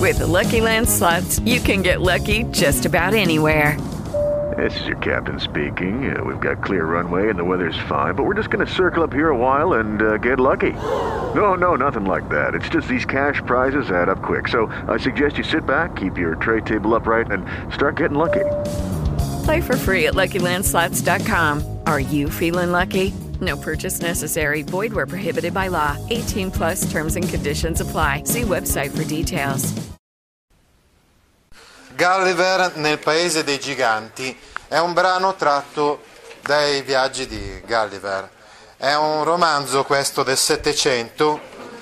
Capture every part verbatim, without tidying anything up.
With the Lucky Land Slots, you can get lucky just about anywhere. This is your captain speaking. Uh, we've got clear runway and the weather's fine, but we're just going to circle up here a while and uh, get lucky. No, no, nothing like that. It's just these cash prizes add up quick. So I suggest you sit back, keep your tray table upright, and start getting lucky. Play for free at Lucky Land Slots dot com. Are you feeling lucky? No purchase necessary. Void where prohibited by law. eighteen plus terms and conditions apply. See website for details. Gulliver nel Paese dei Giganti è un brano tratto dai viaggi di Gulliver. È un romanzo questo del Settecento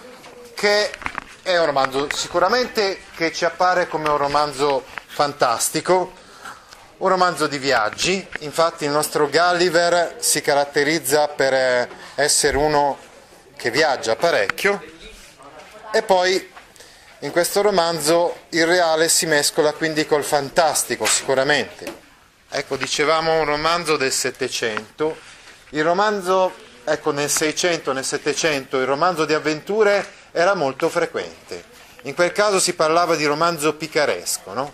che è un romanzo sicuramente che ci appare come un romanzo fantastico, un romanzo di viaggi. Infatti il nostro Gulliver si caratterizza per essere uno che viaggia parecchio e poi in questo romanzo il reale si mescola quindi col fantastico sicuramente. Ecco, dicevamo un romanzo del Settecento, il romanzo, ecco, nel Seicento, nel Settecento il romanzo di avventure era molto frequente. In quel caso si parlava di romanzo picaresco, no?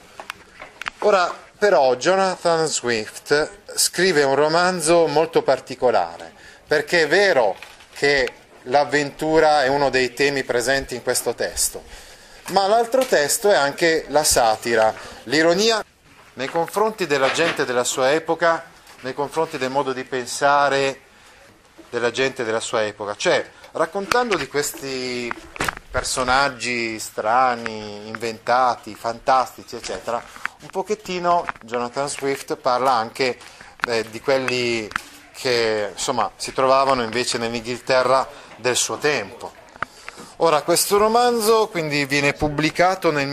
Ora, però, Jonathan Swift scrive un romanzo molto particolare, perché è vero che l'avventura è uno dei temi presenti in questo testo, ma l'altro testo è anche la satira, l'ironia nei confronti della gente della sua epoca, nei confronti del modo di pensare della gente della sua epoca, cioè raccontando di questi personaggi strani, inventati, fantastici, eccetera, un pochettino Jonathan Swift parla anche eh, di quelli che insomma si trovavano invece nell'Inghilterra del suo tempo. Ora, questo romanzo quindi viene pubblicato nel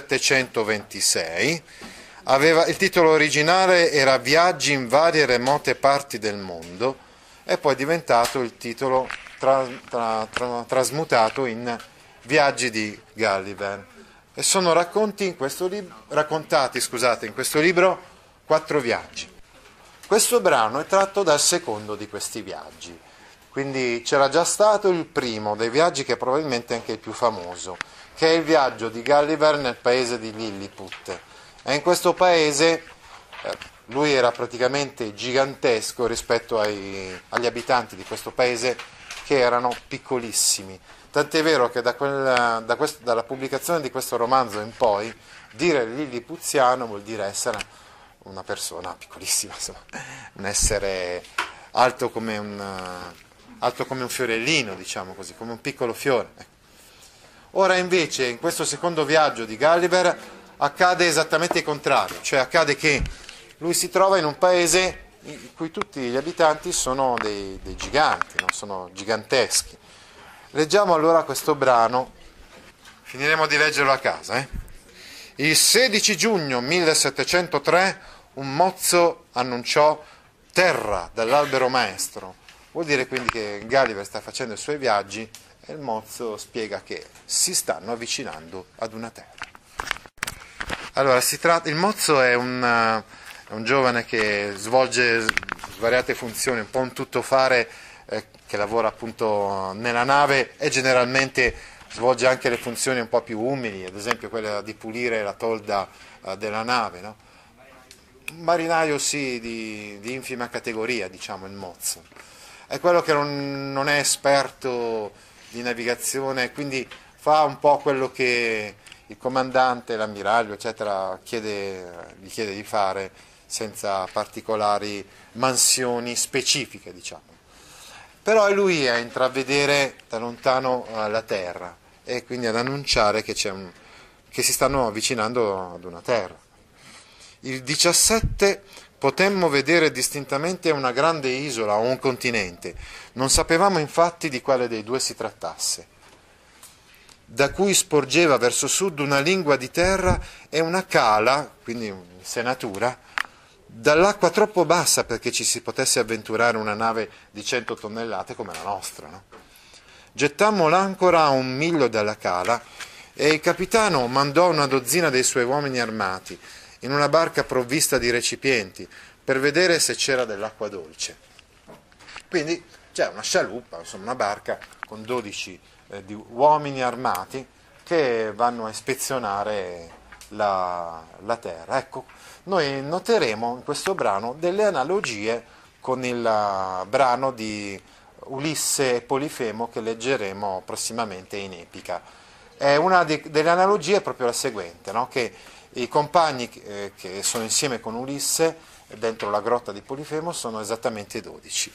millesettecentoventisei, aveva, il titolo originale era Viaggi in varie remote parti del mondo e poi è diventato il titolo tra, tra, tra, trasmutato in Viaggi di Gulliver e sono racconti in questo lib- raccontati scusate, in questo libro quattro viaggi. Questo brano è tratto dal secondo di questi viaggi. Quindi c'era già stato il primo dei viaggi che è probabilmente anche il più famoso, che è il viaggio di Gulliver nel paese di Lilliput. E in questo paese eh, lui era praticamente gigantesco rispetto ai, agli abitanti di questo paese che erano piccolissimi. Tant'è vero che da quel, da questo, dalla pubblicazione di questo romanzo in poi dire lillipuziano vuol dire essere una persona piccolissima, insomma, un essere alto come un... alto come un fiorellino, diciamo così, come un piccolo fiore. Ora invece in questo secondo viaggio di Gulliver accade esattamente il contrario, cioè accade che lui si trova in un paese in cui tutti gli abitanti sono dei, dei giganti, no? Sono giganteschi. Leggiamo allora questo brano, finiremo di leggerlo a casa. Eh? Il sedici giugno millesettecentotre un mozzo annunciò terra dall'albero maestro. Vuol dire quindi che Gulliver sta facendo i suoi viaggi e il mozzo spiega che si stanno avvicinando ad una terra. Allora, si tratta, il mozzo è un, è un giovane che svolge svariate funzioni, un po' un tuttofare eh, che lavora appunto nella nave e generalmente svolge anche le funzioni un po' più umili, ad esempio quella di pulire la tolda eh, della nave, no? Un marinaio sì di, di infima categoria, diciamo, il mozzo. È quello che non, non è esperto di navigazione, quindi fa un po' quello che il comandante, l'ammiraglio, eccetera, chiede, gli chiede di fare senza particolari mansioni specifiche, diciamo. Però è lui a intravedere da lontano la terra e quindi ad annunciare che, c'è un, che si stanno avvicinando ad una terra. Il diciassette potemmo vedere distintamente una grande isola o un continente. Non sapevamo infatti di quale dei due si trattasse, da cui sporgeva verso sud una lingua di terra e una cala, quindi senatura, dall'acqua troppo bassa perché ci si potesse avventurare una nave di cento tonnellate come la nostra. No? Gettammo l'ancora a un miglio dalla cala e il capitano mandò una dozzina dei suoi uomini armati in una barca provvista di recipienti per vedere se c'era dell'acqua dolce. Quindi c'è una scialuppa, insomma una barca con dodici eh, di uomini armati che vanno a ispezionare la, la terra. Ecco, noi noteremo in questo brano delle analogie con il brano di Ulisse e Polifemo che leggeremo prossimamente in Epica. E una di, delle analogie è proprio la seguente, no? Che i compagni eh, che sono insieme con Ulisse dentro la grotta di Polifemo sono esattamente dodici.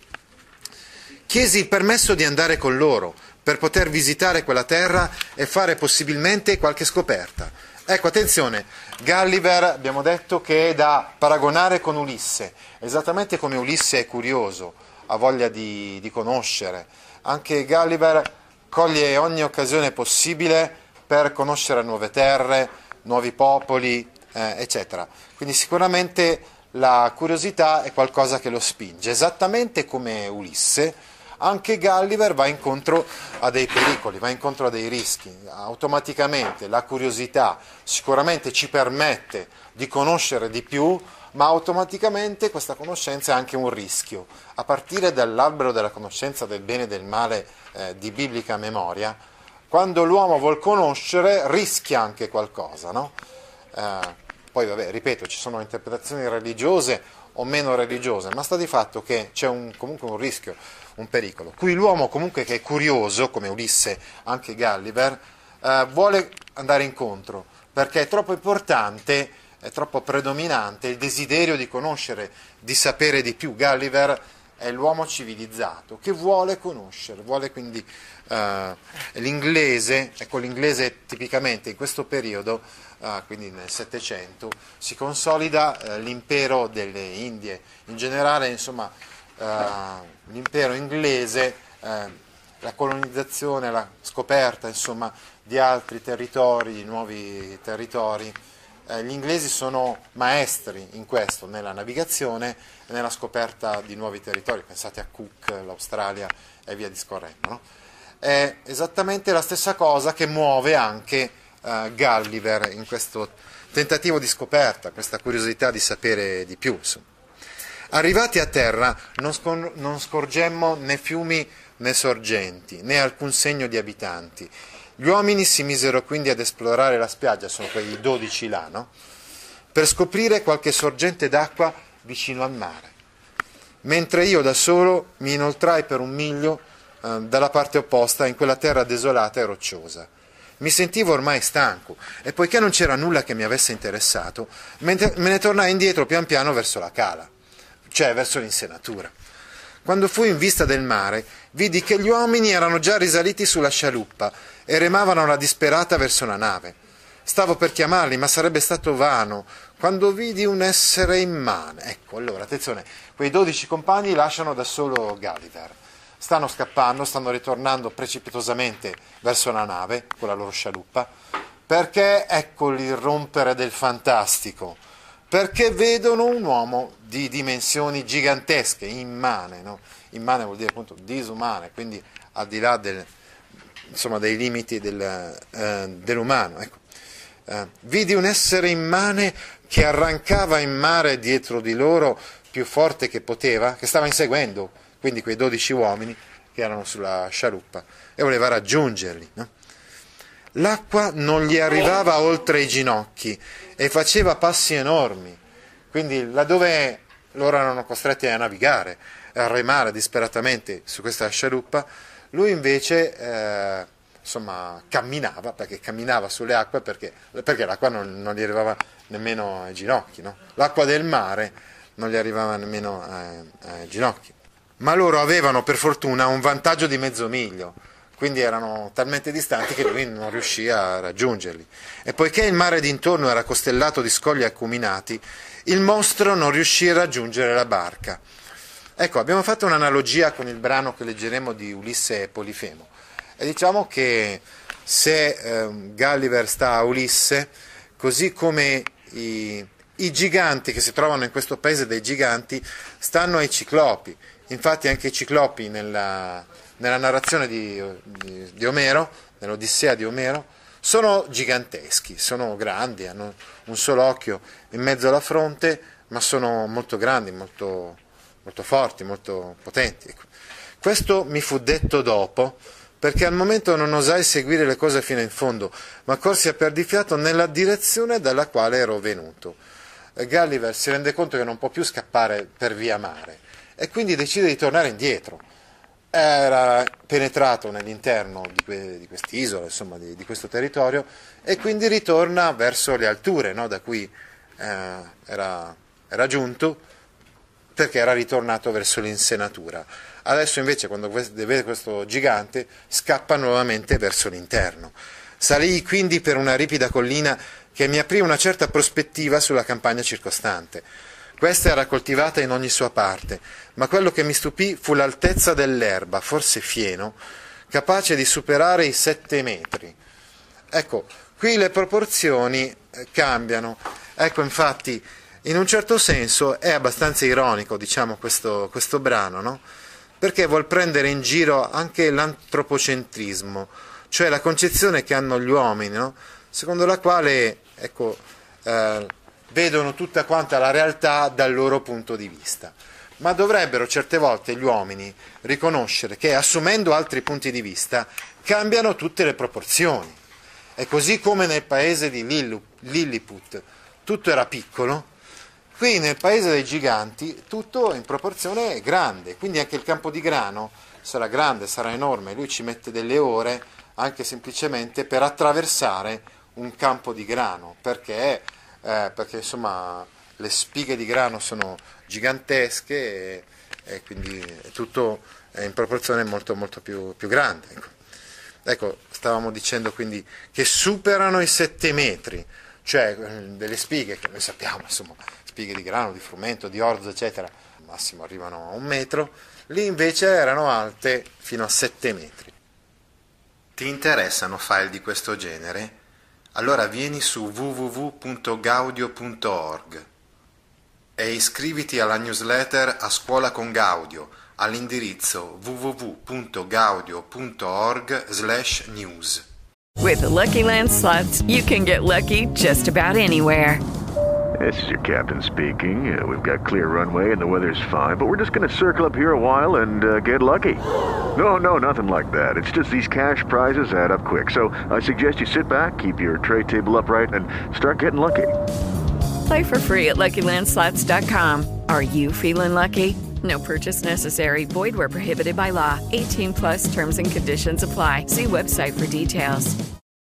Chiesi il permesso di andare con loro per poter visitare quella terra e fare possibilmente qualche scoperta. Ecco, attenzione, Gulliver abbiamo detto che è da paragonare con Ulisse, esattamente come Ulisse è curioso, ha voglia di, di conoscere. Anche Gulliver coglie ogni occasione possibile per conoscere nuove terre, nuovi popoli, eh, eccetera. Quindi sicuramente la curiosità è qualcosa che lo spinge, esattamente come Ulisse. Anche Gulliver va incontro a dei pericoli, va incontro a dei rischi. Automaticamente la curiosità sicuramente ci permette di conoscere di più, ma automaticamente questa conoscenza è anche un rischio. A partire dall'albero della conoscenza del bene e del male eh, di biblica memoria, quando l'uomo vuol conoscere rischia anche qualcosa, no? Eh, poi vabbè, ripeto, ci sono interpretazioni religiose o meno religiose, ma sta di fatto che c'è un, comunque un rischio, un pericolo. Qui l'uomo comunque che è curioso, come Ulisse, anche Gulliver, eh, vuole andare incontro, perché è troppo importante, è troppo predominante il desiderio di conoscere, di sapere di più. Gulliver è l'uomo civilizzato che vuole conoscere, vuole quindi eh, l'inglese, ecco l'inglese tipicamente in questo periodo, eh, quindi nel Settecento, si consolida eh, l'impero delle Indie, in generale insomma eh, l'impero inglese, eh, la colonizzazione, la scoperta insomma di altri territori, di nuovi territori. Eh, gli inglesi sono maestri in questo, nella navigazione e nella scoperta di nuovi territori, pensate a Cook, l'Australia e via discorrendo, no? È esattamente la stessa cosa che muove anche eh, Gulliver in questo tentativo di scoperta, questa curiosità di sapere di più. Insomma. Arrivati a terra non, scor- non scorgemmo né fiumi né sorgenti, né alcun segno di abitanti. Gli uomini si misero quindi ad esplorare la spiaggia, sono quei dodici là, no? Per scoprire qualche sorgente d'acqua vicino al mare. Mentre io da solo mi inoltrai per un miglio eh, dalla parte opposta in quella terra desolata e rocciosa. Mi sentivo ormai stanco e poiché non c'era nulla che mi avesse interessato, me ne tornai indietro pian piano verso la cala, cioè verso l'insenatura. Quando fui in vista del mare, vidi che gli uomini erano già risaliti sulla scialuppa e remavano alla disperata verso la nave. Stavo per chiamarli, ma sarebbe stato vano, quando vidi un essere immane. Ecco, allora, attenzione, quei dodici compagni lasciano da solo Gulliver. Stanno scappando, stanno ritornando precipitosamente verso la nave, con la loro scialuppa, perché ecco l'irrompere del fantastico. Perché vedono un uomo di dimensioni gigantesche, immane, no? Immane vuol dire appunto disumane, quindi al di là del, insomma, dei limiti del, eh, dell'umano. Ecco. Eh, vidi un essere immane che arrancava in mare dietro di loro più forte che poteva, che stava inseguendo quindi quei dodici uomini che erano sulla scialuppa e voleva raggiungerli, no? L'acqua non gli arrivava oltre i ginocchi e faceva passi enormi, quindi laddove loro erano costretti a navigare, a remare disperatamente su questa scialuppa, lui invece eh, insomma camminava, perché camminava sulle acque perché, perché l'acqua non, non gli arrivava nemmeno ai ginocchi, no? L'acqua del mare non gli arrivava nemmeno ai, ai ginocchi. Ma loro avevano per fortuna un vantaggio di mezzo miglio, quindi erano talmente distanti che lui non riuscì a raggiungerli. E poiché il mare d'intorno era costellato di scogli acuminati, il mostro non riuscì a raggiungere la barca. Ecco, abbiamo fatto un'analogia con il brano che leggeremo di Ulisse e Polifemo. E diciamo che se eh, Gulliver sta a Ulisse, così come i, i giganti che si trovano in questo paese dei giganti stanno ai ciclopi. Infatti anche i ciclopi nella, nella narrazione di, di, di Omero, nell'Odissea di Omero, sono giganteschi, sono grandi, hanno un solo occhio in mezzo alla fronte, ma sono molto grandi, molto, molto forti, molto potenti. Questo mi fu detto dopo, perché al momento non osai seguire le cose fino in fondo, ma corsi a perdifiato nella direzione dalla quale ero venuto. Gulliver si rende conto che non può più scappare per via mare e quindi decide di tornare indietro. Era penetrato nell'interno di, que- di quest'isola, insomma, di, di questo territorio, e quindi ritorna verso le alture, no, da cui eh, era, era giunto, perché era ritornato verso l'insenatura. Adesso invece, quando vede questo gigante, scappa nuovamente verso l'interno. Salii quindi per una ripida collina che mi aprì una certa prospettiva sulla campagna circostante. Questa era coltivata in ogni sua parte, ma quello che mi stupì fu l'altezza dell'erba, forse fieno, capace di superare i sette metri. Ecco, qui le proporzioni cambiano. Ecco, infatti, in un certo senso è abbastanza ironico, diciamo, questo, questo brano, no? Perché vuol prendere in giro anche l'antropocentrismo, cioè la concezione che hanno gli uomini, no? Secondo la quale, ecco, eh, vedono tutta quanta la realtà dal loro punto di vista. Ma dovrebbero certe volte gli uomini riconoscere che, assumendo altri punti di vista, cambiano tutte le proporzioni. E così come nel paese di Lilliput tutto era piccolo, qui nel paese dei giganti tutto in proporzione è grande, quindi anche il campo di grano sarà grande, sarà enorme, lui ci mette delle ore anche semplicemente per attraversare un campo di grano, perché, eh, perché insomma le spighe di grano sono gigantesche e, e quindi è tutto è in proporzione molto molto più, più grande. Ecco. ecco, stavamo dicendo quindi che superano i sette metri, cioè delle spighe che noi sappiamo, insomma, spighe di grano, di frumento, di orzo, eccetera, al massimo arrivano a un metro, lì invece erano alte fino a sette metri. Ti interessano file di questo genere? Allora vieni su w w w punto gaudio punto org e iscriviti alla newsletter A Scuola con Gaudio all'indirizzo w w w punto gaudio punto org slash news. With the Lucky Land Slots, you can get lucky just about anywhere. This is your captain speaking. Uh, we've got clear runway and the weather's fine, but we're just going to circle up here a while and uh, get lucky. No, no, nothing like that. It's just these cash prizes add up quick. So I suggest you sit back, keep your tray table upright, and start getting lucky. Play for free at lucky land slots dot com. Are you feeling lucky? No purchase necessary. Void where prohibited by law. eighteen plus terms and conditions apply. See website for details.